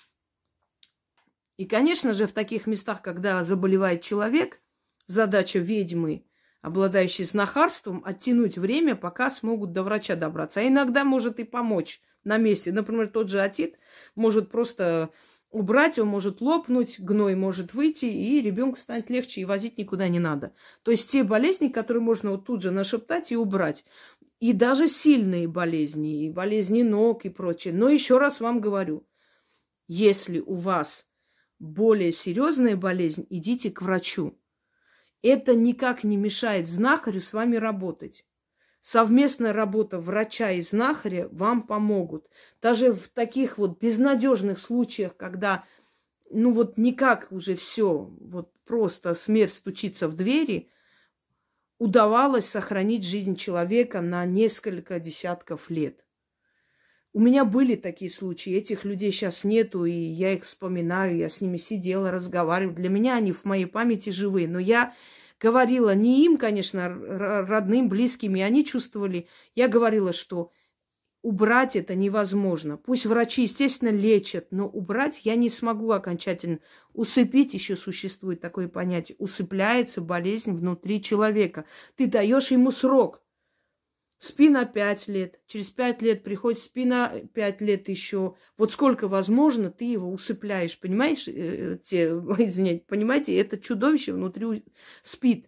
Speaker 1: И, конечно же, в таких местах, когда заболевает человек, задача ведьмы, обладающей знахарством, оттянуть время, пока смогут до врача добраться. А иногда может и помочь на месте. Например, тот же отит может просто убрать, он может лопнуть, гной может выйти, и ребенку станет легче, и возить никуда не надо. То есть те болезни, которые можно вот тут же нашептать и убрать. И даже сильные болезни, и болезни ног и прочее. Но еще раз вам говорю, если у вас более серьезная болезнь, идите к врачу. Это никак не мешает знахарю с вами работать. Совместная работа врача и знахаря вам помогут. Даже в таких вот безнадежных случаях, когда, ну вот никак уже все, вот просто смерть стучится в двери, удавалось сохранить жизнь человека на несколько десятков лет. У меня были такие случаи, этих людей сейчас нету, и я их вспоминаю, я с ними сидела, разговаривала. Для меня они в моей памяти живые, но я говорила не им, конечно, родным, близким, и они чувствовали. Я говорила, что убрать это невозможно. Пусть врачи, естественно, лечат, но убрать я не смогу окончательно. Усыпить еще существует такое понятие. Усыпляется болезнь внутри человека. Ты даешь ему срок. Спи на 5 лет, через 5 лет приходит, спи на 5 лет еще. Вот сколько возможно, ты его усыпляешь, понимаешь? Извиняйте, понимаете, это чудовище внутри спит.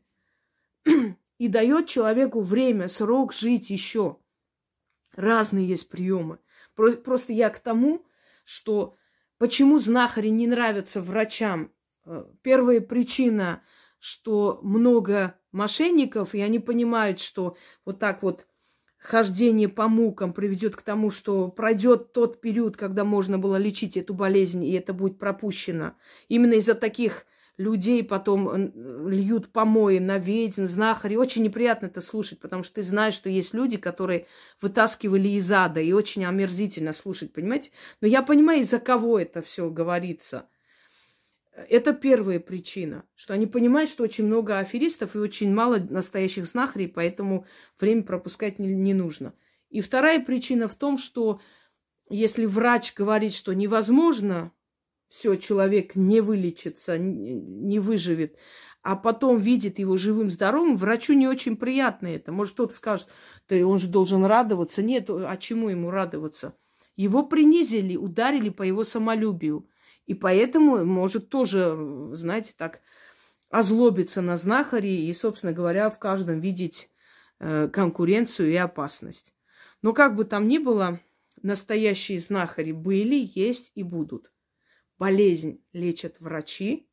Speaker 1: И дает человеку время, срок жить еще. Разные есть приемы. Просто я к тому, что почему знахари не нравятся врачам. Первая причина, что много мошенников, и они понимают, что вот так вот хождение по мукам приведет к тому, что пройдет тот период, когда можно было лечить эту болезнь, и это будет пропущено. Именно из-за таких людей потом льют помои на ведьм, знахари. Очень неприятно это слушать, потому что ты знаешь, что есть люди, которые вытаскивали из ада, и очень омерзительно слушать, понимаете? Но я понимаю, из-за кого это все говорится. Это первая причина, что они понимают, что очень много аферистов и очень мало настоящих знахарей, поэтому время пропускать не нужно. И вторая причина в том, что если врач говорит, что невозможно, все, человек не вылечится, не выживет, а потом видит его живым, здоровым, врачу не очень приятно это. Может, кто-то скажет, да он же должен радоваться. Нет, а чему ему радоваться? Его принизили, ударили по его самолюбию. И поэтому может тоже, знаете, так озлобиться на знахарей и, собственно говоря, в каждом видеть конкуренцию и опасность. Но как бы там ни было, настоящие знахари были, есть и будут. Болезнь лечат врачи,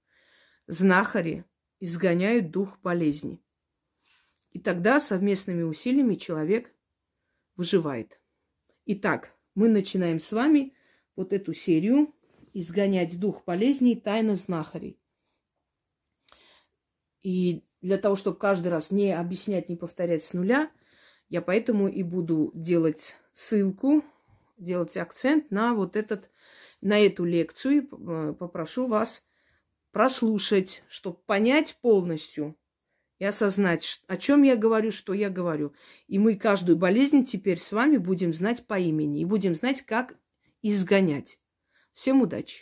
Speaker 1: знахари изгоняют дух болезни. И тогда совместными усилиями человек выживает. Итак, мы начинаем с вами вот эту серию «Изгонять дух болезней. Тайна знахарей». И для того, чтобы каждый раз не объяснять, не повторять с нуля, я поэтому и буду делать ссылку, делать акцент на на эту лекцию. И попрошу вас прослушать, чтобы понять полностью и осознать, о чем я говорю, что я говорю. И мы каждую болезнь теперь с вами будем знать по имени и будем знать, как изгонять. Всем удачи!